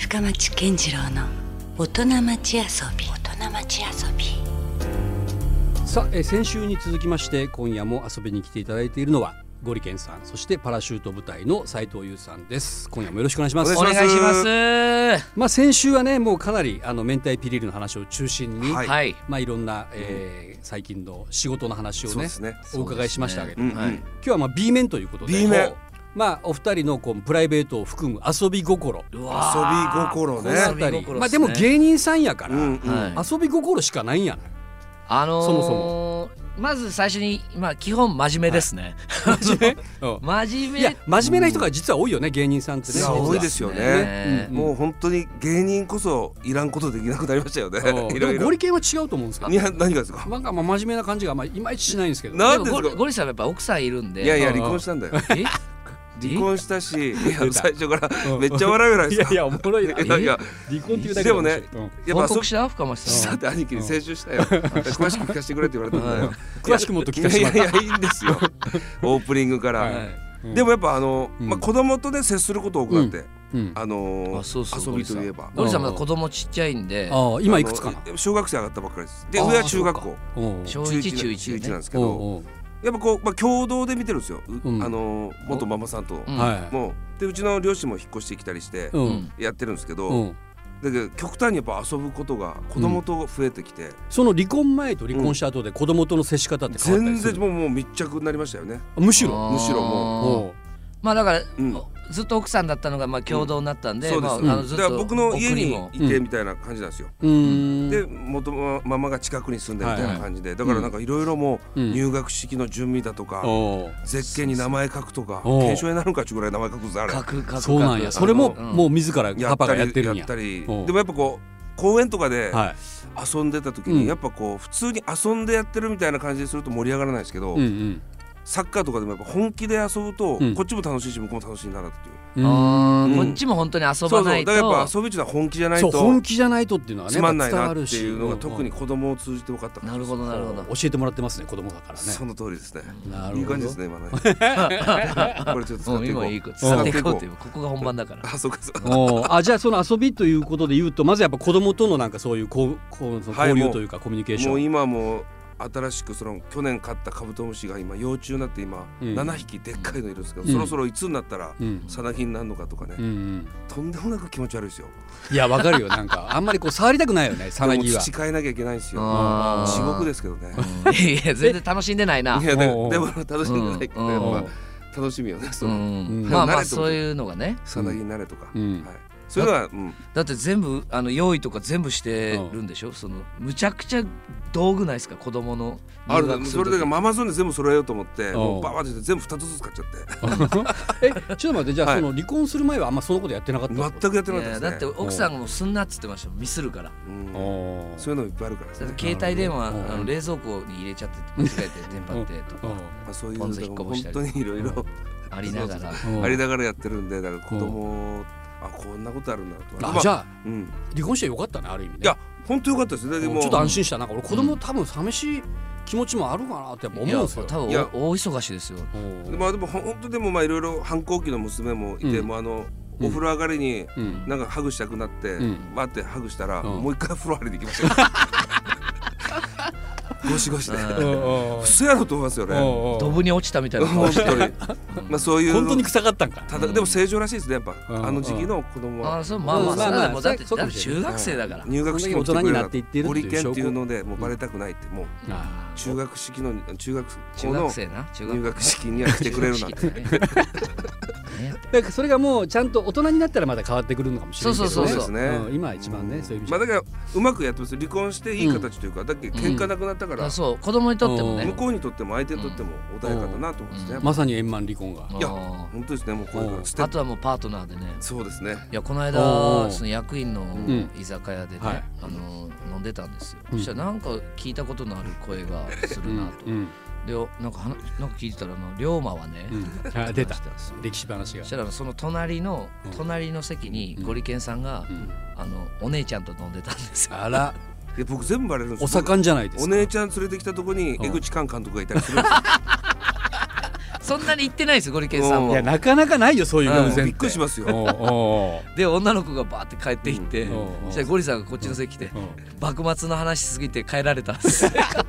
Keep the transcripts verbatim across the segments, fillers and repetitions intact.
深町健次郎の大人町遊び大人町遊び。 さあ、え先週に続きまして今夜も遊びに来ていただいているのはゴリケンさん、そしてパラシュート部隊の斉藤優さんです。今夜もよろしくお願いします。 お願いします。 まあ、先週はねもうかなりあの明太ピリルの話を中心に、 はい、 まあ、いろんな、えー、最近の仕事の話を ね, ねお伺いしましたけど、 ね、うんうん、 今日はまあ B 面ということで B 面、 まあ、お二人のこうプライベートを含む遊び心、 遊び心ね、 このあたり、まあ、でも芸人さんやから、うんうん、遊び心しかないんやな、 あのー、 そもそもまず最初に、まあ、基本真面目ですね、 はい、真面目真面目、 いや真面目な人が実は多いよね、うん、芸人さんってね。 多いですよね、うん、もう本当に芸人こそいらんことできなくなりましたよね。 いろいろゴリ系は違うと思うんですけど、 いや何がですか。 なんかまあ真面目な感じがまあいまいちしないんですけど、 なんですか。 ゴリさんはやっぱ奥さんいるんで。 いやいや離婚したんだよ。え離婚したし、いや最初からめっちゃ笑うじゃないですか。 いやいやおもろいな。いや離婚っていうだけでもね、 やっぱ報告した深町さん。 だって兄貴に先週したよ。詳しく聞かせてくれって言われたんだよ。 詳しくもっと聞かせてもらった。 いやいやいいんですよ。オープニングから。でもやっぱあのまあ子供とね接すること多くなって、あの遊びといえば。 ゴリさんまだ子供ちっちゃいんで。 今いくつかな。 小学生上がったばっかりです。で上は中学校。 小一中一なんですけど。やっぱこう、まあ、共同で見てるんですよ、うん、あの元ママさんと、うん、もうでうちの両親も引っ越してきたりしてやってるんですけど、うん、だけど極端にやっぱ遊ぶことが子供と増えてきて、うん、 その離婚前と離婚した後で子供との接し方って変わったりする？ 全然もう、もう密着になりましたよね。 むしろむしろもうまあだから、うん、ずっと奥さんだったのがまあ共同になったんで、 うん、そうです、まあ、あのずっとだから僕の家にいてみたいな感じなんですよ、うん、で元ママが近くに住んでみたいな感じで、はいはい、だからなんかいろいろもう入学式の準備だとか、うん、絶景に名前書くとか検証になるかちゅうぐらい名前書くぞあれ書く書くそうなんや。それももう自らパパがやってるんや。 やったりでもやっぱこう公園とかで遊んでた時にやっぱこう普通に遊んでやってるみたいな感じですると盛り上がらないですけど、うんうん、サッカーとかでもやっぱ本気で遊ぶと、うん、こっちも楽しいし向こうも楽しいんだなっていう、 あ、うん、こっちも本当に遊ばないと。そうそう、 だからやっぱ遊びっていうのは本気じゃないと、 そう本気じゃないとっていうのはねつまんないなっていうのが特に子供を通じて分かったから。 なるほどなるほど、 教えてもらってますね子供だからね。 その通りですね。 なるほど、 いい感じですね今ね。これちょっと使っていこう。 今いい子使っていこうっていう、ここが本番だから。 あ、そうかそうか。 あ、じゃあその遊びということで言うとまずやっぱ子供とのなんかそういうこうこう交流というか、はい、コミュニケーション。 もう今も新しくその去年飼ったカブトムシが今幼虫になって今ななひきでっかいのいるんですけど、うん、そろそろいつになったらさなぎになるのかとかね、うんうん、とんでもなく気持ち悪いですよ。 いやわかるよ、なんかあんまりこう触りたくないよねさなぎは。 土変えなきゃいけないんですよ。地獄ですけどね。 いや全然楽しんでないな。 いやでも楽しんでないけどね、まあ楽しみよね。そのまあまあそういうのがね、 さなぎになれとか、はい、それは、うん、 だって全部あの用意とか全部してるんでしょ、うん、そのむちゃくちゃ道具ないですか子供の入学する時。ある。それだからママゾンで全部揃えようと思ってもうバーッて全部ふたつずつ買っちゃってえ、ちょっと待って、じゃあ、はい、その離婚する前はあんまそのことやってなかった？ 全くやってなかったですね。 だって奥さんがもうすんなっつってました。ミスるから、うん、 そういうのいっぱいあるからですね。 携帯電話あの冷蔵庫に入れちゃって間違えて電波ってとか、 まあ、そういうの本当にいろいろありながらありながらやってるんで、だから子供あこんなことあるんだと。 あ、まあ、じゃあ、うん、離婚してよかったねある意味ね。 いや本当よかったですね。でもちょっと安心した。なんか俺子供多分寂しい気持ちもあるかなってやっぱ思うんですよ。 多分大忙しですよ。 まあでも本当でもまあいろいろ反抗期の娘もいて、うん、もうあのお風呂上がりになんかハグしたくなって、うん、バーってハグしたら、うん、もう一回風呂入りに行きましたよ。ゴシゴシで普通やろうと思いますよね。 ドブに落ちたみたいな顔してる。 まあそういう本当に臭かったんか。 ただでも正常らしいですねやっぱあの時期の子供は。 あ、そうまあまあまあもうだって中学生だから。 入学式も大人になっていってるゴリケンっていうのでもうバレたくないってもう中学式の中学校の入学式には来てくれるなって。 だからそれがもうちゃんと大人になったらまだ変わってくるのかもしれないけどね。 そうそうそうですね。 今一番ねそういう意味。 まあだからうまくやってます。離婚していい形というかだっけ喧嘩なくなったから。 そう子供にとってもね。 向こうにとっても相手にとっても穏やかだなと思うんですね。 まさに円満離婚が。 いや本当ですね。もうこれあとはもうパートナーでね。 そうですね。 いやこの間その役員の居酒屋でねあの飲んでたんですよ。そしたらなんか聞いたことのある声がするなと。でなんかなんか聞いてたら龍馬はね、 出た歴史話が。 そしたらその隣の隣の席にゴリケンさんがあのお姉ちゃんと飲んでたんですよ。 あら。 いや僕全部バレるんです。 お盛んじゃないですか。 お姉ちゃん連れてきたとこに江口寛監督がいたりするんですよ。 そんなに行ってないですよゴリケンさんも。 いやなかなかないよそういう偶然って。 びっくりしますよ。 で女の子がバーって帰っていって、そしたらゴリさんがこっちの席来て幕末の話しすぎて帰られたんです。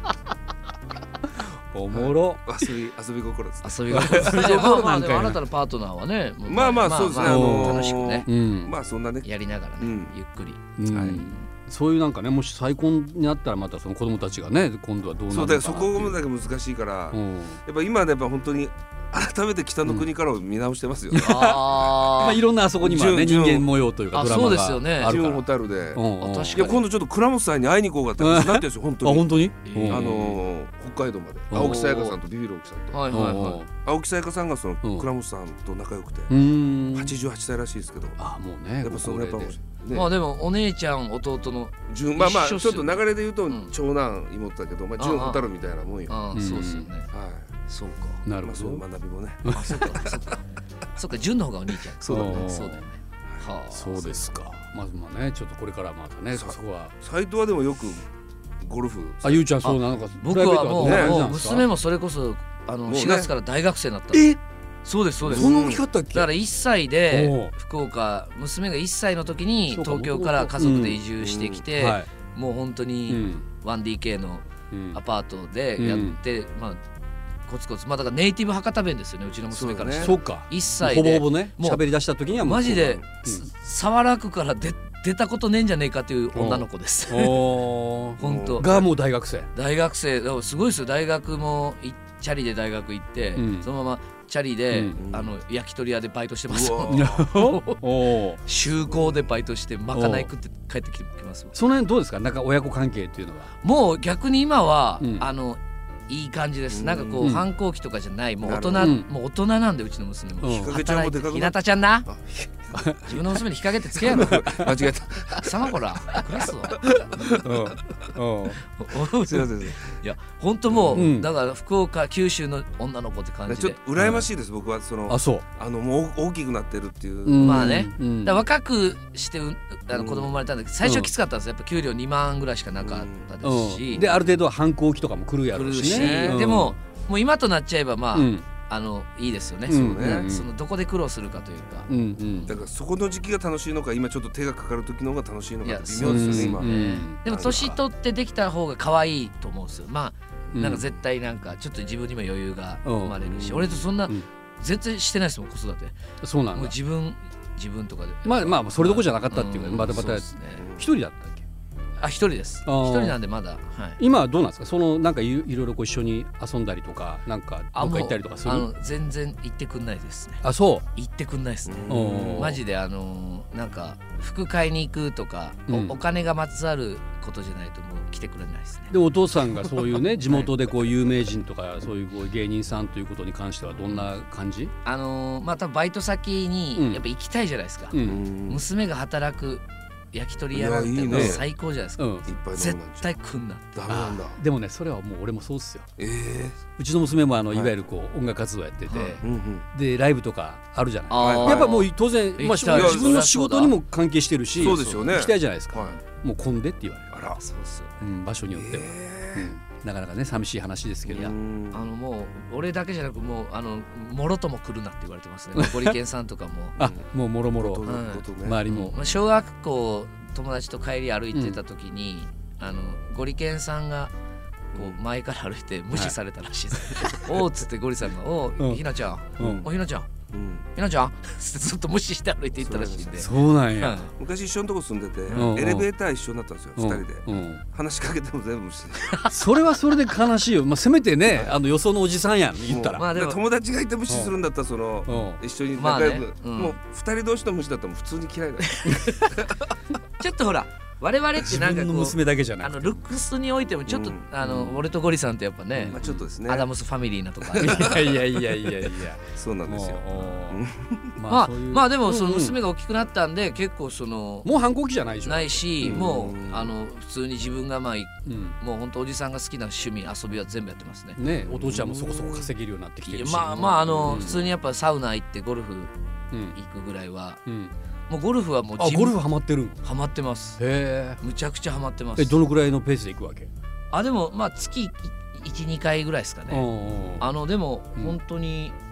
おもろ。 遊び遊び心です。 遊び心。それでまあまあでも新たなパートナーはね。 まあまあそうですね。 楽しくね。 まあそんなねやりながらねゆっくり。 はい。そういうなんかねもし再婚になったらまたその子供たちがね今度はどうなるのかなっていう。そうだよそこだけ難しいからやっぱ今ねやっぱ本当に改めて北の国からを見直してますよね。 まあいろんなあそこにもね人間模様というかドラマがあるから。 純ホタルで。いや確かに。 今度ちょっと倉本さんに会いに行こうかって話になってるんですよ本当に。 あ本当に？ あの北海道まで青木さやかさんとビビる青木さんと。 はいはいはい。 青木さやかさんがその倉本さんと仲良くてはちじゅうはっさいらしいですけど。 あもうね。 やっぱそのやっぱまあでもお姉ちゃん弟のまあまあちょっと流れで言うと長男妹だけどまあ純ホタルみたいなもんよ。 ああそうですよね。 はい。 そうか。 なるほど。 そう学びもね。 あそうかそうか。そうか純の方がお兄ちゃん。 そうだね。 そうだよね。 はあそうですか。まずまあねちょっとこれからまたねそこは。 斉藤はでもよくゴルフ。 あゆうちゃんそうなのか。 僕はもう娘もそれこそあのしがつから大学生になった。 え？ そうですそうです。 そんな大きかったっけ？ だからいっさいで福岡娘がいっさいの時に東京から家族で移住してきてもう本当に ワンディーケー のアパートでやってまあコツコツまあだからネイティブ博多弁ですよねうちの娘からしたら。 そうか。 いっさいでほぼほぼね喋り出した時にはマジで沢良区から出出たことねえんじゃねえかっていう女の子です。本当。 がもう大学生。 大学生すごいですよ。大学もチャリで大学行ってそのままチャリで、うん、あの焼き鳥屋でバイトしてます。就航でバイトしてまかない食って帰ってきます。 その辺どうですかなんか親子関係っていうのは。 もう逆に今は、うん、あのいい感じです。なんかこう、うん、反抗期とかじゃないもう大人、うん、もう大人なんでうちの娘も。 日陰ちゃんもでかくな。 ひなたちゃんな。自分の娘に日陰ってつけやろ。 間違えた。 さまこらクラスは。 すいません。 いや本当もう、うん、だから福岡九州の女の子って感じで。 ちょっと羨ましいです、うん、僕はその。 あそう。 あのもう大きくなってるっていう。 うん、まあね。うん、だ若くしてあの子供生まれたんだけど最初きつかったんですよ。やっぱ給料にまんぐらいしかなかったですし。 うん、である程度は反抗期とかも来るやろうしね。 でももう今となっちゃえばまあ。うんあのいいですよね。そうね。そのどこで苦労するかというか。 うんうん、 だからそこの時期が楽しいのか今ちょっと手がかかる時の方が楽しいのか微妙ですよね今。 でも年取ってできた方が可愛いと思うんですよ。まあなんか絶対なんかちょっと自分にも余裕が生まれるし、俺とそんな全然してないですもん子育て。 そうなんだ。 もう自分自分とかで。 まあまあそれどころじゃなかったっていうかバタバタ一人だったっけ？ あ一人です。一人なんでまだ。 今はどうなんですか。そのなんかいろいろこう一緒に遊んだりとかなんかどっか行ったりとかする。 あの全然行ってくんないですね。 あそう。 行ってくんないですね。マジであのなんか服買いに行くとかお金がまつわることじゃないともう来てくれないですね。 でお父さんがそういうね地元でこう有名人とかそういうこう芸人さんということに関してはどんな感じ？ あのまあ多分バイト先にやっぱ行きたいじゃないですか。娘が働く焼き鳥屋なんてもう最高じゃないですか。絶対来んな。 ダメなんだ。 でもねそれはもう俺もそうっすよ。 ええ。 うちの娘もあのいわゆるこう音楽活動やっててでライブとかあるじゃない。やっぱもう当然まあ自分の仕事にも関係してるし、 そうですよね。 行きたいじゃないですか。もう混んでって言われる。 あらそうっすよ。 場所によっては。なかなかね寂しい話ですけど。 あのもう俺だけじゃなくもうあのもろとも来るなって言われてますね。ゴリケンさんとかも。 あもうもろもろ周りも。 小学校友達と帰り歩いてた時にあのゴリケンさんがこう前から歩いて無視されたらしいです。おーっつってゴリさんがおーひなちゃんおひなちゃんひなちゃんずっと無視して歩いていったらしいんで。 そうなんや。 昔一緒のとこ住んでてエレベーター一緒になったんですよふたりで。話しかけても全部無視。 それはそれで悲しいよ。まあせめてねあのよそのおじさんやん言ったら。 友達がいて無視するんだったらその一緒に仲良くもうふたり同士の無視だったら普通に嫌いだ。 ちょっとほら我々ってなんかこう娘だけじゃないあのルックスにおいてもちょっと、うん、あの、うん、俺とゴリさんってやっぱね、 まあ、ちょっとですねアダムスファミリーなとかいやいやいやいやいやそうなんですよ。 まあまあでもその娘が大きくなったんで、うん、結構そのもう反抗期じゃないでしょ。 ないし、うん、もうあの普通に自分がまあ、うん、もう本当おじさんが好きな趣味遊びは全部やってますね。 ねお父ちゃんもそこそこ稼げるようになってきてるし。 まあまああの、うん、普通にやっぱサウナ行ってゴルフ行くぐらいは。うんうんもうゴルフはもうあゴルフハマってるハマってます。 へえむちゃくちゃハマってます。 えどのくらいのペースで行くわけ？ あでもまあ月いち、にかいぐらいですかね。あのでも本当に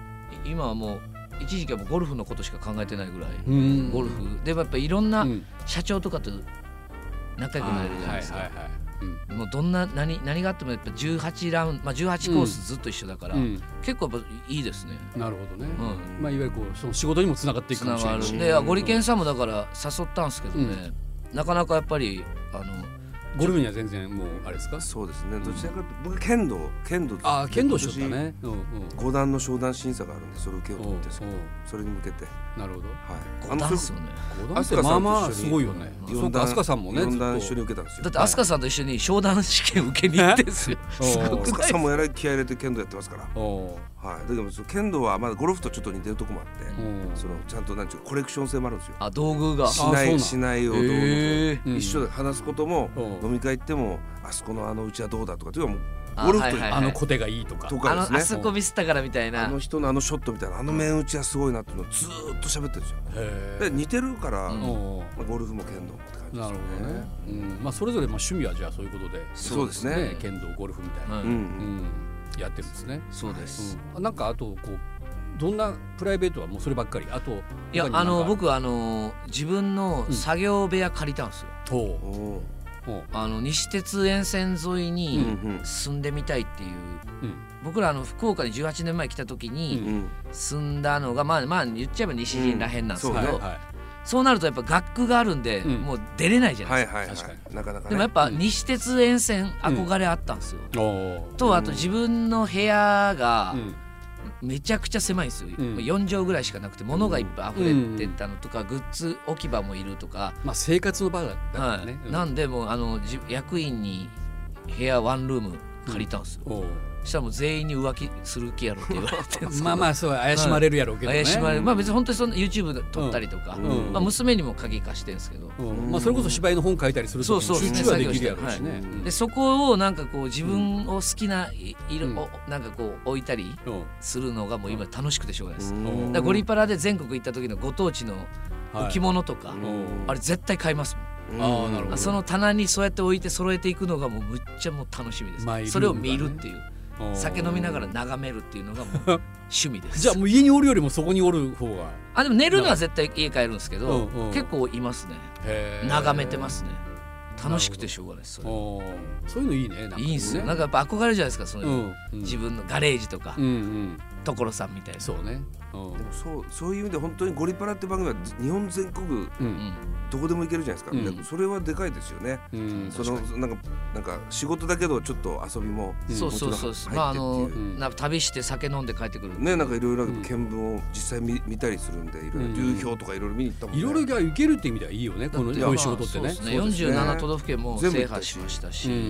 今はもう一時期はもうゴルフのことしか考えてないぐらいゴルフでもやっぱいろんな社長とかと仲良くなれるじゃないですか。もうどんな 何, 何があってもやっぱじゅうはちラウンド、まあ、じゅうはちコースずっと一緒だから、うん、結構やっぱいいですね。 なるほどね、うん、まあ、いわゆるこうその仕事にもつながっていくかもしれないし、 でゴリケンさんもだから誘ったんですけどね、うん、なかなかやっぱりあのゴルフには全然もうあれですか。 そうですね、どちらかというと僕剣道剣道ああ剣道しよったね、うんうん、 五段の昇段審査があるんでそれを受けようと思ってそれに向けて。 なるほど、 はい、五段ですよね。 五段ってまあまあすごいよね。そうか飛鳥さんもねよん段一緒に受けたんですよ。 だって飛鳥さんと一緒に昇段試験受けに行ってんですよ。 飛鳥さんもやら気合い入れて剣道やってますから。はい、でも剣道はまだゴルフとちょっと似てるとこもあってそのちゃんとなんていうかコレクション性もあるんですよ。 あ道具がしないしないをどうの一緒で話すことも飲み会行ってもあそこのあのうちはどうだとかっていうのはもうゴルフというあの小手がいいとかとかですね。あのあそこミスったからみたいなあの人のあのショットみたいなあの面打ちはすごいなっていうのをずーっと喋ってるんですよ。で似てるからゴルフも剣道もって感じですよね。なるほどね、 うん、まあそれぞれまあ趣味はじゃあそういうことでそうですね剣道ゴルフみたいな、うんうん、やってるんですね。 そうです、 うん、なんかあとこうどんなプライベートはもうそればっかり。あといやあの僕あの自分の作業部屋借りたんですよ、うんあの西鉄沿線沿いに住んでみたいっていう、うん、僕らあの福岡にじゅうはちねんまえ来た時に住んだのがまあまあ言っちゃえば西陣らへんなんですけど、うんそうはいはい、そうなるとやっぱ学区があるんで、うん、もう出れないじゃないですか。 はいはいはい、確かになかなかね。 でもやっぱ西鉄沿線憧れあったんですよ、うん、とあと自分の部屋が、うんめちゃくちゃ狭いんですよ、うん、よん畳ぐらいしかなくて物がいっぱい溢れてたのとか、うん、グッズ置き場もいるとか、 まあ、生活の場だからね、 はいうん、なんでもうあの役員に部屋ワンルーム借りたんですよ、うん、そしたらもう全員に浮気する気やろって言われてるんですまあまあそう怪しまれるやろうけどね、 はい、怪しまれる、まあ別に本当にその YouTube で撮ったりとか、うんまあ、娘にも鍵貸してるんですけど、 うんまあ、それこそ芝居の本書いたりすると集中はできるやろうしね、はい、 でそこをなんかこう自分を好きな色をなんかこう置いたりするのがもう今楽しくてしょうがないです。だからゴリパラで全国行った時のご当地の置物とか、はい、あれ絶対買いますもん。あなるほど。その棚にそうやって置いて揃えていくのがもうむっちゃもう楽しみです、ね、それを見るっていう酒飲みながら眺めるっていうのがもう趣味です。 じゃあもう家におるよりもそこにおる方が。 あでも寝るのは絶対家帰るんですけど、うんうん、結構いますね。眺めてますね。楽しくてしょうがないです。それそういうのいいね。なんかねいいんすよ。なんかやっぱ憧れるじゃないですか。そういう、うんうん、自分のガレージとか、うんうん、所さんみたいな。 そうね。 でもそうそういう意味で本当にゴリパラって番組は日本全国、うん、どこでも行けるじゃないですか、うん、それはでかいですよね、うん、そのなんかなんか仕事だけどちょっと遊びもそうそうそうそう、まああのなんか旅して酒飲んで帰ってくるね、なんかいろいろ見聞を実際 見, 見たりするんでいろいろ流氷とかいろいろ見に行ったもんね。 いろいろ行けるって意味ではいいよねこのこういう仕事ってね。 よんじゅうなな都道府県も制覇しましたし、うんうん、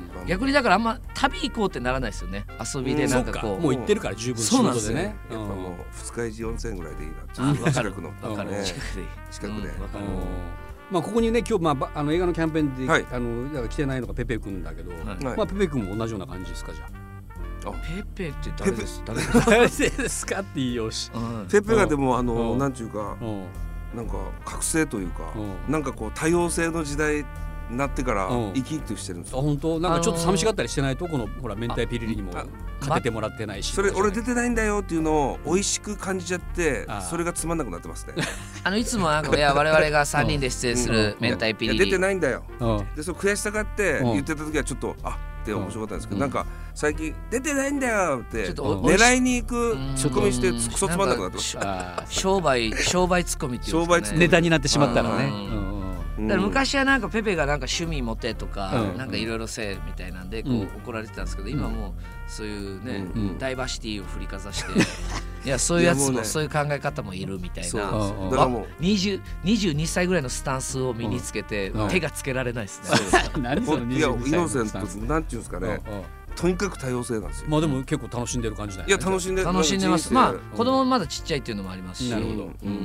逆にだからあんま旅行こうってならないですよね。遊びでなんかこう、 うん、もう行ってるから十分仕事でね。 やっぱもう二日市よんせんぐらいでいいな。近くの分かる近くで近くで。 まあここにね今日まああの映画のキャンペーンで、はい、あのだから来てないのがペペ君だけど、はい、まあペペ君も同じような感じですかじゃあ。 ペペって誰です誰ですかって言いようし。 ペペがでもあのなんていうかなんか覚醒というかなんかこう多様性の時代なってから生き生きとしてるんですよ。 あ本当なんかちょっと寂しがったりしてないとこのほら明太ピリリにもかけてもらってないし。 それ俺出てないんだよっていうのを美味しく感じちゃってそれがつまんなくなってますね。 あのいつもなんかいや我々がさんにんで出演する明太ピリリ出てないんだよ。でその悔しさがあって言ってた時はちょっとあって面白かったんですけどなんか最近出てないんだよって狙いに行くツッコミしてクソつまんなくなってます。 商売商売ツッコミっていうかネタになってしまったらね。 だから昔はなんかペペがなんか趣味持てとか、うん、なんかいろいろせえみたいなんでこう怒られてたんですけど、うん、今もうそういうね、うん、ダイバーシティを振りかざしていやそういうやつもそういう考え方もいるみたいな。だからもうにじゅうにさいぐらいのスタンスを身につけて手がつけられないですね。 何そのにじゅうにさいのスタンス。いやイノセントなんていうんですかね。とにかく多様性なんですよ。 まあでも結構楽しんでる感じだよね。 いや楽しんで楽しんでます。まあ子供まだちっちゃいっていうのもありますし。 なるほど。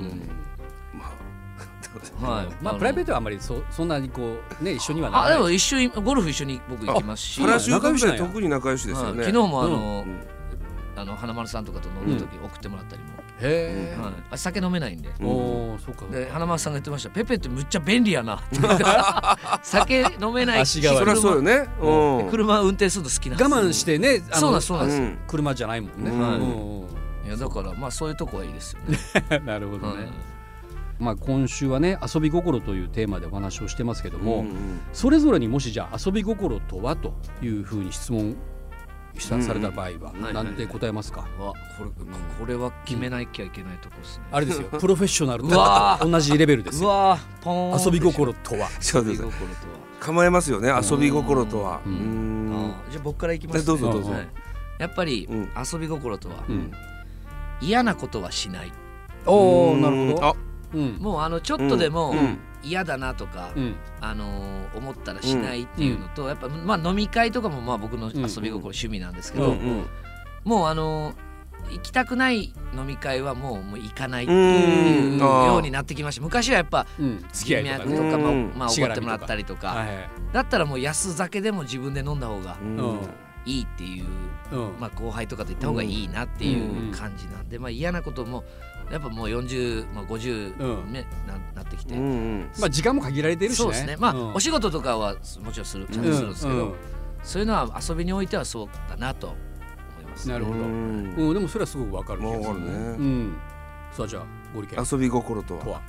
はい、まあプライベートはあんまり そ, そんなにこうね一緒にはならない。 あでも一緒にゴルフ一緒に僕行きますし、 パラシュート部で特に仲良しですよね。 昨日もあの、うん、あの花丸さんとかと乗る時送ってもらったりも。へえ、 はい、酒飲めないんで。 うん、おそうか。 で花丸さんが言ってました。ペペってむっちゃ便利やな。酒飲めないし、そりゃそうよね。 車運転するの好きなんです。我慢してね、 そうなんそうなんです。 車じゃないもんね。 いやだからまあそういうとこはいいですよねなるほどね、うん、まあ今週はね遊び心というテーマでお話をしてますけども、うんうん、それぞれにもしじゃあ遊び心とはというふうに質問された場合は何て答えますか？ これ、これは決めなきゃいけないとこですね。 あれですよプロフェッショナルと同じレベルですよ。 うわポーン遊び心とはそうです、構えますよね遊び心とは。うんうん、 じゃあ僕からいきますね。 どうぞどうぞ。 やっぱり遊び心とは、うん、嫌なことはしない。 おーなるほど。あ、 うん、もうあのちょっとでも、うんうん嫌だなとか、うん、あのー、思ったらしないっていうのと、うん、やっぱ、まあ、飲み会とかもまあ僕の遊び心、うん、趣味なんですけど、うんうん、もうあのー、行きたくない飲み会はもう、もう行かないっていうようになってきました。昔はやっぱ、うん、付き合いとか、ね、まあまあ、おごってもらったりとか、はいはい、だったらもう安酒でも自分で飲んだ方がいいっていう、うん、まあ、後輩とかと行った方がいいなっていう感じなんで、まあ、嫌なこともやっぱもうよんじゅう、まあ、ごじゅう、ね、うん、な, なってきて、うんうん、 まあ、時間も限られているしね。 そうですね、まあ、うん、お仕事とかはもちろんするちゃんとするんですけど、うんうん、そういうのは遊びにおいてはそうだなと思います。 なるほど、うんうん、でもそれはすごくわかる気がするね、うん、さあじゃあゴリケン遊び心とは、とは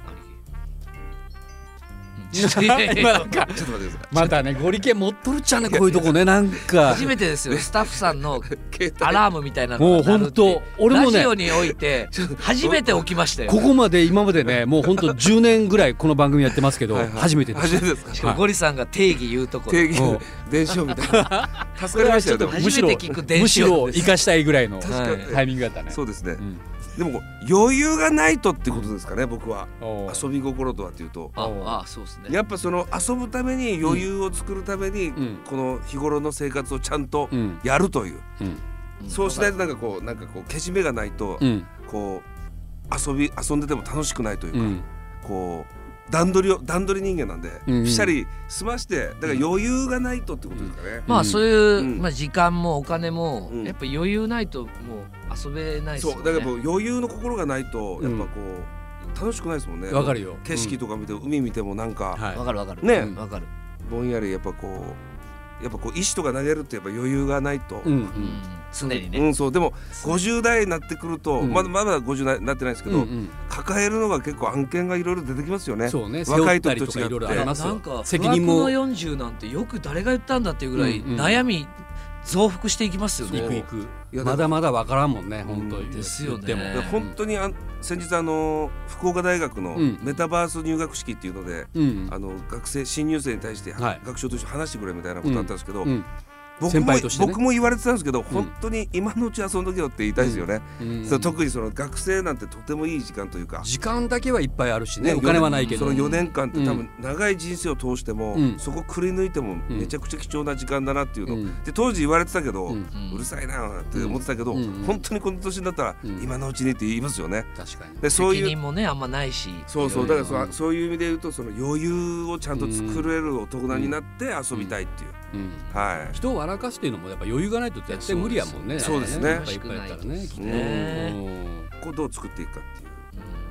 ちょっと待ってください。またねゴリケン持っとるっちゃねこういうとこねなんか初めてですよスタッフさんのアラームみたいなのが鳴るって。 もう本当俺もねラジオにおいて初めて起きましたよ。 ここまで今までねもう本当じゅうねんぐらいこの番組やってますけどはい、はい、初めてです。 初めてですか。 しかもゴリさんが定義言うとこ定義伝承みたいな助かりましたよ。でも初めて聞く伝承むしろ生かしたいぐらいのタイミングだったね。 そうですね、うん、でも余裕がないとってことですかね僕は。遊び心とはっていうとああそうですね。 やっぱその遊ぶために余裕を作るために、うん、この日頃の生活をちゃんとやるという、うんうん、そうしないとなんかこうなんかこうけじめがないと、うん、こう遊び遊んでても楽しくないというか、うん、こう段取りを段取り人間なんで、うん、ぴしゃり済ましてだから余裕がないとってことですかね、うん、 まあそういう、うん、まあ、時間もお金も、うん、やっぱ余裕ないともう遊べないですよね。 そうだからもう余裕の心がないとやっぱこう、うん楽しくないですもんね。 わかるよ。 景色とか見て、うん、海見てもなんか、 はい、わかるわかるね、 うん、わかる。 ぼんやりやっぱこうやっぱこう石とか投げるってやっぱ余裕がないと、うんうん、 常にね。 うんそうでもごじゅう代になってくると、うん、まだまだごじゅうになってないですけど、うんうん、抱えるのが結構案件がいろいろ出てきますよね。 そうね。 若い時と違って。 なんか責任も不惑のよんじゅうなんてよく誰が言ったんだっていうぐらい悩み増幅していきますよね。 いくいく。まだまだわからんもんね本当に。 ですよね。 本当にあ先日あの福岡大学のメタバース入学式っていうので、うん、あの学生新入生に対して、はい、学長として話してくれみたいなことあったんですけど、うんうん僕も、ね、僕も言われてたんですけど、うん、本当に今のうち遊んどけよって言いたいですよね、うんうん、そ特にその学生なんてとてもいい時間というか時間だけはいっぱいあるしね、ねお金はないけどそのよねんかんって多分長い人生を通しても、うん、そこくり抜いてもめちゃくちゃ貴重な時間だなっていうの、うん、で当時言われてたけど、うん、うるさいなって思ってたけど、うん、本当にこの年になったら、うん、今のうちにって言いますよね。 確かにでそういう責任もねあんまないしそうそうだからそ、うん、そういう意味で言うとその余裕をちゃんと作れる大人になって遊びたいっていう、うんうんはい、 人を笑かすっていうのもやっぱ余裕がないと絶対無理やもんね。 そうですね。 いっぱいいっぱいやったらね。きっとね。 こうどう作っていくかっていう。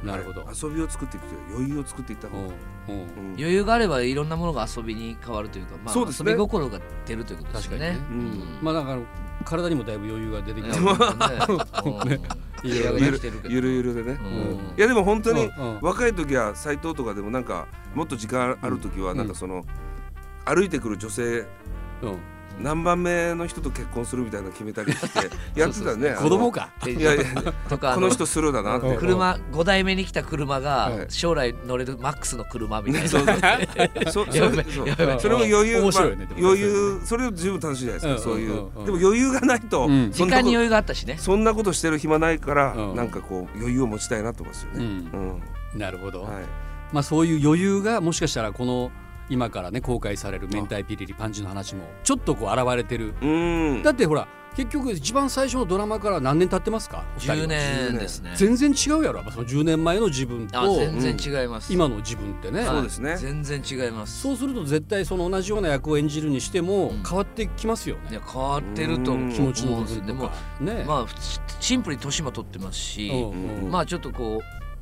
なるほど。 遊びを作っていくという余裕を作っていった方が。 余裕があればいろんなものが遊びに変わるというか、まあ遊び心が出るということですよね。 まあだから体にもだいぶ余裕が出てきてる。 ゆるゆるでね。いやでも本当に若い時は斎藤とかでもなんかもっと時間ある時はなんかその歩いてくる女性。何番目の人と結婚するみたいなの決めたりしてやってたね。 子供かいやいやとかこの人スルーだなって車ごだいめに来た車が将来乗れるマックスの車みたいなそれも余裕余裕それを十分楽しいじゃないですか。そういうでも余裕がないと時間に余裕があったしねそんなことしてる暇ないからなんかこう余裕を持ちたいなと思いますよね。 なるほど。まあそういう余裕がもしかしたらこの今からね公開される明太ピリリパンチの話もちょっとこう現れてる。うんだってほら結局一番最初のドラマから何年経ってますか？ じゅうねんですね。 全然違うやろ。そのじゅうねんまえの自分と全然違います。 今の自分ってね。 そうですね。 全然違います。 そうすると絶対その同じような役を演じるにしても変わってきますよね。 いや変わってると気持ちの部分とかね。まあシンプルに年も取ってますし、まあちょっとこう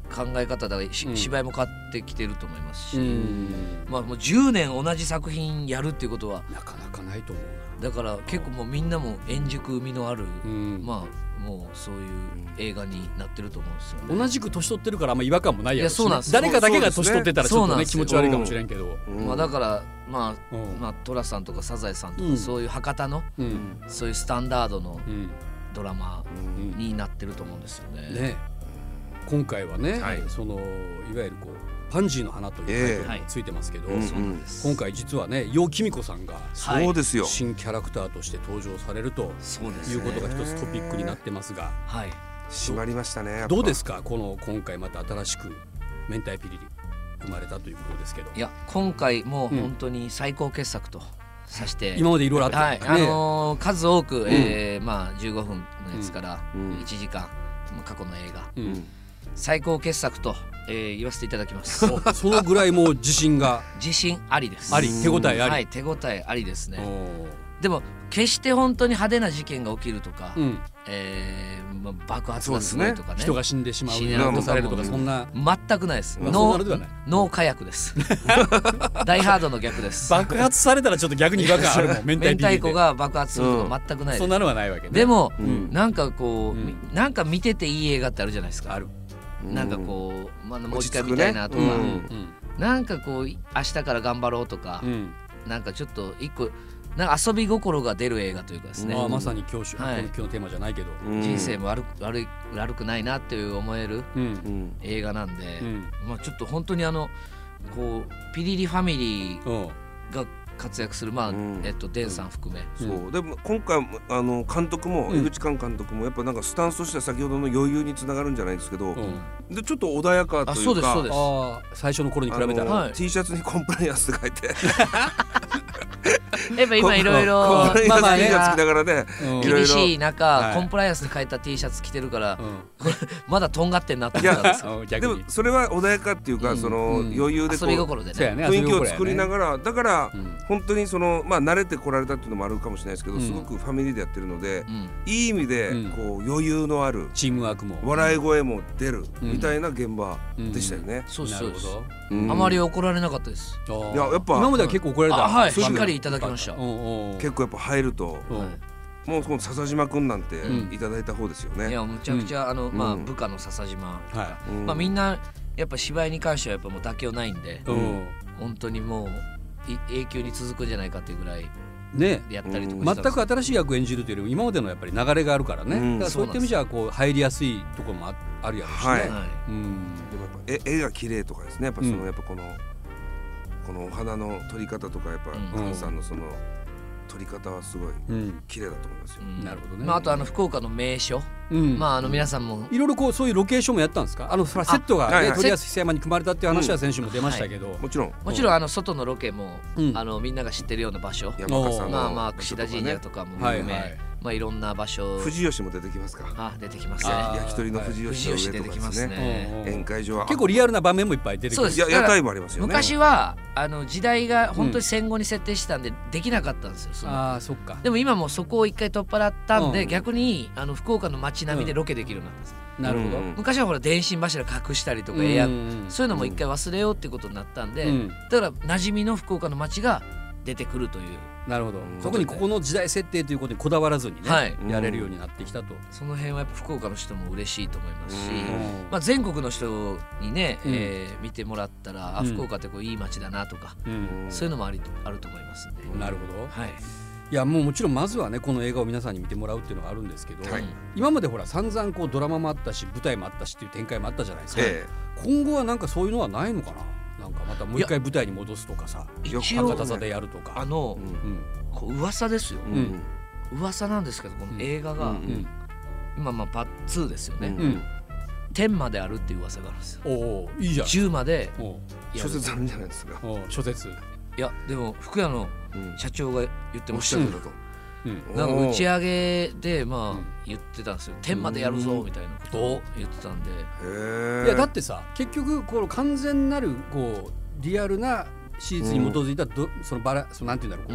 考え方だから、うん、芝居も変わってきてると思いますし、うん、まあもうじゅうねん同じ作品やるっていうことはなかなかないと思うな。だから結構もうみんなも円熟味のある、うん、まあもうそういう映画になってると思うんですよね。 同じく年取ってるからあんま違和感もないやろし、ね、誰かだけが年取ってたらちょっとね気持ち悪いかもしれんけど、 うん、まあだからまあ、うん、まあ寅さんとかサザエさんとか、うん、そういう博多の、うん、そういうスタンダードのドラマになってると思うんですよね。 ね、今回はね、はい、そのいわゆるこうパンジーの花というタイトルがついてますけど、えー、今回実はね楊貴美子さんがそうですよ新キャラクターとして登場されるということが一つトピックになってますが、 はい、締まりましたね。 どうですかこの今回また新しく明太ピリリ生まれたということですけど。 いや今回もう本当に最高傑作とさして、 うん、今までいろいろあった、 はい、あのー、数多く、うんえーまあ、じゅうごふんのやつからいちじかん、うん、過去の映画、うん最高傑作と、えー、言わせていただきますそのぐらいもう自信が自信ありですあり手応えあり、 はい、手応えありですね。でも決して本当に派手な事件が起きるとか、うんえーまあ、爆発がすごいとか ね, ね人が死んでしまうなどされるとかそんな全くないです。脳脳火薬ですダイハードの逆です。 爆発されたらちょっと逆に違和感あるもん明太子が爆発するとか全くないです、うん、 そんなのはないわけね。 でも、うん、なんかこう、うん、なんか見てていい映画ってあるじゃないですか。 あるなんかこう、まあ、もう一回見たいなとか、ねうん、なんかこう明日から頑張ろうとか、うん、なんかちょっと一個なんか遊び心が出る映画というかですね、 まあ、まさに今日、はい、今日のテーマじゃないけど、 うん、人生も悪く、悪い、悪くないなっていう思える、うん、映画なんで、うんまあ、ちょっと本当にあのこうピリリファミリーが活躍する、まあうんえっと、デンさん含め、 うん、そうでも今回あの監督も、うん、江口寛監督もやっぱなんかスタンスとしては先ほどの余裕につながるんじゃないですけど、うん、でちょっと穏やかというか、あそうですそうですあ最初の頃に比べたら、はい、 T シャツにコンプライアンスって書いてやっぱ今いろいろコンプライアンス T シャツ着ながらね、 厳しい中、はい、コンプライアンスで書いた T シャツ着てるから、うん、まだとんがってんなって思ったんですよ。 でもそれは穏やかっていうか、うん、その余裕でこう遊び心でね雰囲気を作りながら、だから、うん、本当にそのまあ慣れてこられたっていうのもあるかもしれないですけど、うん、すごくファミリーでやってるので、うん、いい意味でこう余裕のあるチームワークも笑い声も出るみたいな現場でしたよね。 そうそうそう。あまり怒られなかったです。 いややっぱ今までは結構怒られた。 はいしっかりいただきました。 結構やっぱ入ると、もうこの笹島くんなんていただいた方ですよね。 いやむちゃくちゃあのまあ部下の笹島とか、まあみんなやっぱ芝居に関してはやっぱもう妥協ないんで、本当にもう永久に続くんじゃないかっていうぐらいねやったりとか、 全く新しい役を演じるというよりも今までのやっぱり流れがあるからね。だからそういった意味じゃこう入りやすいところもあるやろうしね。でもやっぱ絵が綺麗とかですね。やっぱそのやっぱこのこのお花の撮り方とかやっぱ菅さんのその撮り方はすごい綺麗だと思いますよ。 なるほどね。 まああとあの福岡の名所、まああの皆さんもいろいろこうそういうロケーションもやったんですか。あのセットがね鳥安久山に組まれたっていう話は先週も出ましたけど、 もちろんもちろんあの外のロケもあのみんなが知ってるような場所、まあまあ櫛田神社とかも含め。まあいろんな場所、 富士吉も出てきますか。 あ出てきますね。 焼き鳥の富士吉の上とかですね。宴会場は結構リアルな場面もいっぱい出てきます。 屋台もありますよね。 昔はあの時代が本当に戦後に設定してたんでできなかったんですよ。 ああそっか。 でも今もそこを一回取っ払ったんで、逆にあの福岡の街並みでロケできるようになったんです。 なるほど。 昔はほら電信柱隠したりとかエアそういうのも一回忘れようっていうことになったんで、だから馴染みの福岡の街が出てくるという。 なるほど。特にここの時代設定ということにこだわらずにね、はい、やれるようになってきたと。 その辺はやっぱ福岡の人も嬉しいと思いますし、まあ、全国の人にね、うんえー、見てもらったら、うん、あ福岡ってこういい街だなとか、うん、そういうのもありあると思いますね。 なるほど、 はい、 いやもうもちろんまずはねこの映画を皆さんに見てもらうっていうのがあるんですけど、はい、今までほら散々こうドラマもあったし舞台もあったしっていう展開もあったじゃないですか、えー、今後はなんかそういうのはないのかな。なんかまたもう一回舞台に戻すとかさ、博多座でやるとか、 あの、うん、こう噂ですよ、うん、噂なんですけどこの映画が、うん、今まあパートツーですよね、うん、じゅうまであるっていう噂があるんですよ。 おーいいじゃん。 じゅうまで諸説あるんじゃないですか。 諸説。 いやでも福屋の社長が言ってましたけど、うん、なんか打ち上げでまあ言ってたんですよ。じゅうまでやるぞみたいなことを言ってたんで、 いやだってさ結局この完全なるこうリアルな史実に基づいたど、うん、そのバラそのなんていうんだろう、こう、うん、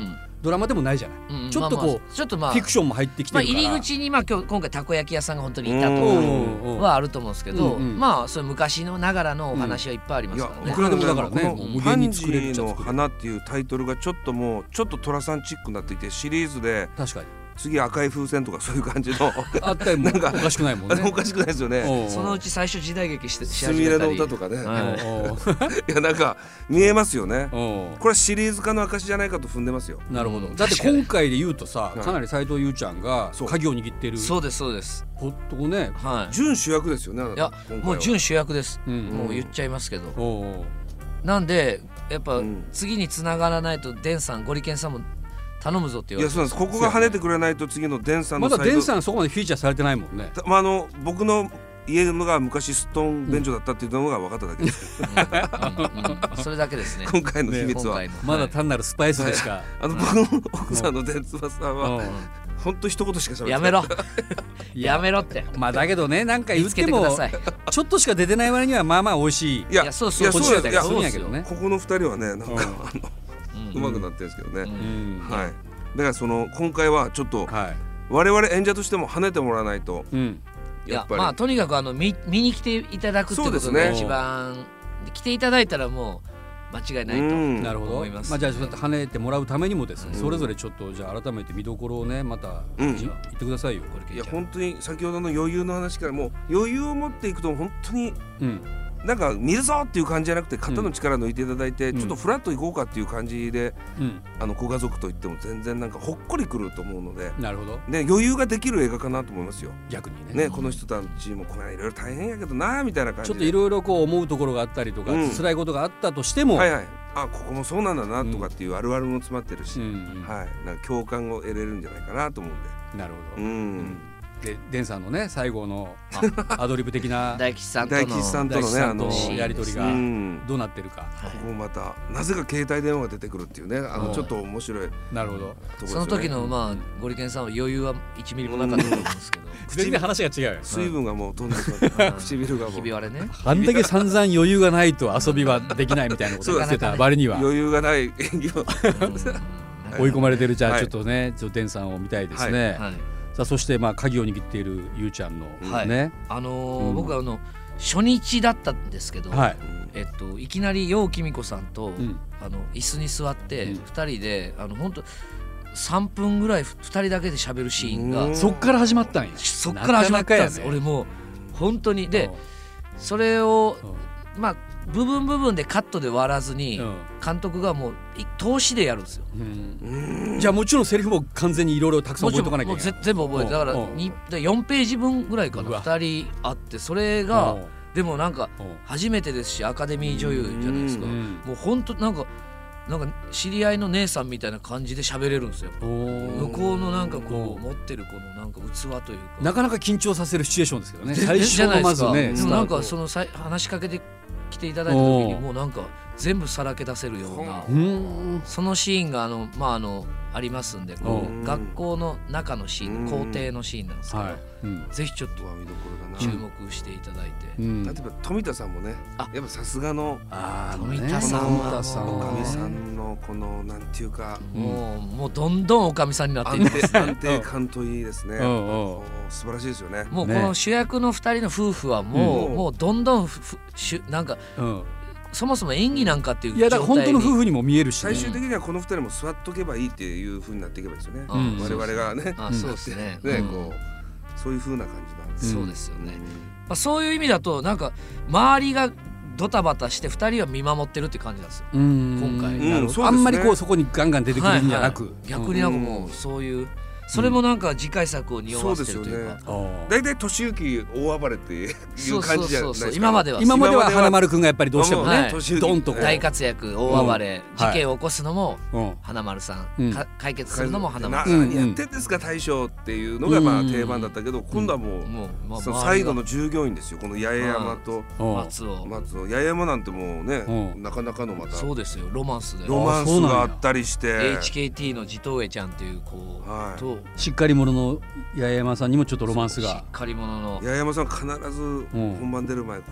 ドラマでもないじゃない、うん、ちょっとこう、まあまあ、ちょっとまあフィクションも入ってきてるから、まあ、 入り口にまあ今日今回たこ焼き屋さんが本当にいたとかはあると思うんですけど、うんうん、まあそういう昔のながらのお話はいっぱいありますからね、うん、いや僕らでもだからねこのパンジーの花っていうタイトルがちょっともうちょっと寅さんチックになっていてシリーズで確かに次赤い風船とかそういう感じのあったりもおかしくないもんねおかしくないですよね。 そのうち最初時代劇してし始めたりすみれの歌とかね、はい、いやなんか見えますよね。これはシリーズ化の証じゃないかと踏んでますよ。 なるほど。だって今回で言うとさかなり斉藤優ちゃんが鍵を握ってるそうですそうですほっとこね、 はい、準主役ですよね。 いやもう準主役です、うん、もう言っちゃいますけど、うん、なんでやっぱ次に繋がらないとデンさんゴリケンさんも頼むぞって言われて、 いやそうなんです。ここが跳ねてくれないと次のデンさんのまだデンさんそこまでフィーチャーされてないもんね。 まあ、あの僕の家のが昔ストーン便所だったっていうのが分かっただけです、うんうんうん、それだけですね今回の秘密は、ね、 まだ単なるスパイスでしか、はい、 あの僕の奥さんのデンツバさんは本当一言しか喋ってない。 やめろやめろってまあだけどねなんか言ってもちょっとしか出てない割にはまあまあ美味しい。 いやそうそうそうだけどね。 ここの二人はねなんか、うん、あのうまくなってるんですけどね、うんうん、はい。だからその今回はちょっと我々演者としても跳ねてもらわないと、うん、 やっぱりいやまあとにかくあの 見, 見に来ていただくってことが一番、ね、来ていただいたらもう間違いないと思います。 まあじゃあちょっと跳ねてもらうためにもですね、うん、それぞれちょっとじゃあ改めて見どころをねまた言ってくださいよ。 これいや本当に先ほどの余裕の話からもう余裕を持っていくと本当に、うんなんか見るぞっていう感じじゃなくて肩の力抜いていただいて、うん、ちょっとフラッと行こうかっていう感じで、うん、あのご家族といっても全然なんかほっこりくると思うので、 なるほど、 ね、余裕ができる映画かなと思いますよ。 逆にね, ねこの人たちもこれいろいろ大変やけどなみたいな感じでちょっといろいろこう思うところがあったりとか、うん、辛いことがあったとしても、 はいはい、あここもそうなんだなとかっていうあるあるも詰まってるし、うんうんはい、なんか共感を得れるんじゃないかなと思うんで。 なるほど、うんでデンさんのね最後のアドリブ的な大吉さんとの大吉さんとのねあのやり取りがどうなってるか、 ここもまたなぜか携帯電話が出てくるっていうねあのちょっと面白い。 なるほど。 その時のまあゴリケンさんは余裕はいちミリもなかったと思うんですけど全然話が違うよ。 水分がもう飛んでしまって唇がもうひび割れね。 あんだけ散々余裕がないと遊びはできないみたいなことを言ってた割には余裕がない演技を追い込まれてる。じゃあちょっとねデンさんを見たいですね。さあそしてまあ鍵を握っているゆうちゃんのね、はい、 あのーうん、僕はあの初日だったんですけど、はいえっと、いきなり楊貴美子さんと、うん、あの椅子に座ってふたりで、うん、あの本当さんぷんぐらいふたりだけで喋るシーンがそっから始まったんや。 そっから始まったんです。俺もう本当にでそれをまあ部分部分でカットで割らずに監督がもう通しでやるんですよ。 うんじゃあもちろんセリフも完全にいろいろたくさん覚えとかなきゃいけない。 もう全部覚えてだからによんページ分ぐらいかなふたりあってそれがでもなんか初めてですしアカデミー女優じゃないですか。もう本当なんかなんか知り合いの姉さんみたいな感じで喋れるんですよ。向こうのなんかこう持ってるこのなんか器というかなかなか緊張させるシチュエーションですけどね。最初のまずねでもなんかその話しかけて来ていただいた時にもうなんか全部さらけ出せるようなそのシーンがあのまああのありますんでこう学校の中のシーン校庭のシーンなんですけど、はいうん、ぜひちょっと注目していただいて、 うん、例えば富田さんもねやっぱさすがの富田さんはおかみさんのこのなんていうかもうもうどんどんおかみさんになっていってます安定感といいですね。素晴らしいですよね。 もうこの主役のふたりの夫婦はもう、うん、もうどんどんふしなんか、うんそもそも演技なんかっていういやだから本当の夫婦にも見えるし、 ね、最終的にはこのふたりも座っとけばいいっていう風になっていけばいいですよね、うん、我々がねあそうですねね、うん、こうそういう風な感じなんです、 うん、そうですよね、うんまあ、そういう意味だとなんか周りがドタバタしてふたりは見守ってるって感じなんですよ今回、 うんなるほど、ね、あんまりこうそこにガンガン出てくるんじゃなく、はいはい、 逆になんかもうそういうそれもなんか次回作を匂わせてるというか、 だいたい年行大暴れっていう感じじゃないですか。 今までは今までは花丸くんがやっぱりどうしてもねドンと大活躍大暴れ事件を起こすのも花丸さん解決するのも花丸さん何やってんですか大将っていうのがまあ定番だったけど今度はもうサイドの従業員ですよ。この八重山と松尾松尾八重山なんてもうねなかなかのまたそうですよロマンスでロマンスがあったりしてエイチケーティー の地頭上ちゃんっていう子としっかり者の八重山さんにもちょっとロマンスがしっかり者の八重山さん必ず本番出る前こう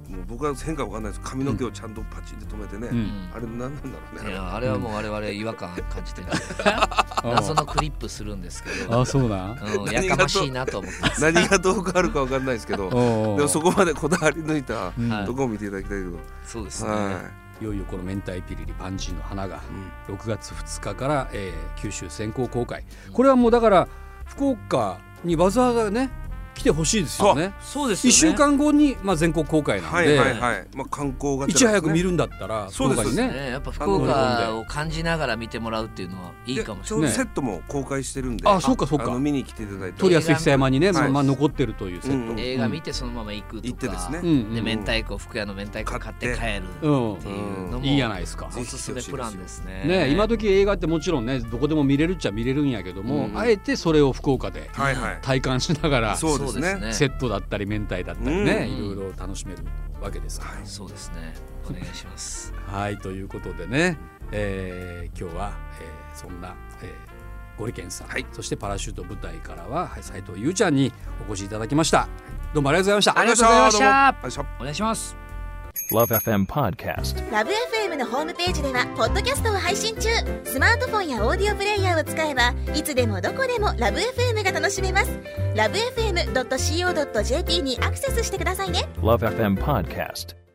もう僕は変化わかんないです。髪の毛をちゃんとパチンと止めてね、うん、あれ何なんだろうね。 いやあれはもう我々違和感感じてる謎のクリップするんですけどあそうな、 うん、やかましいなと思ってます何がどう変わるかわかんないですけどでもそこまでこだわり抜いたとこを見ていただきたいけど、うん、 そうですね、 はいいよいよこの明太ピリリパンジーの花がろくがつふつかから、えー、九州先行公開。これはもうだから福岡にわざわざね来てほしいですよね。 そうですよね。 いっしゅうかんごに、まあ、全国公開なんで、はいはいはい、 まあ、観光が、ね、 いち早く見るんだったらそうですね。ねやっぱ福岡を感じながら見てもらうっていうのはいいかもしれない。 セットも公開してるんで、 あ、そうかそうか。 あの見に来ていただいて、 鳥安久山にね、はい、まあ残ってるというセット。 うん、映画見てそのまま行くとか、行ってですね。で明太子福屋の明太子買って帰るっていうのもいいじゃないですか。 おすすめプランですね。 ね今時映画ってもちろんねどこでも見れるっちゃ見れるんやけども、うん、あえてそれを福岡で体感しながら、 そうですね。 セットだったり明太だったりね、いろいろ楽しめるわけですから、はい、 そうですね。お願いしますはいということでね、えー、今日は、えー、そんな、えー、ゴリケンさん、はい、そしてパラシュート部隊からは斉藤優ちゃんにお越しいただきました。どうもありがとうございました。 ありがとうございました。お願いします。 ラブ エフエム Podcast。 ラブ エフエム のホームページではポッドキャストを配信中。スマートフォンやオーディオプレイヤーを使えばいつでもどこでもラブ エフエム が楽しめます。ラブ エフエムドットシーオードットジェーピー にアクセスしてくださいね。 ラブ エフエム Podcast。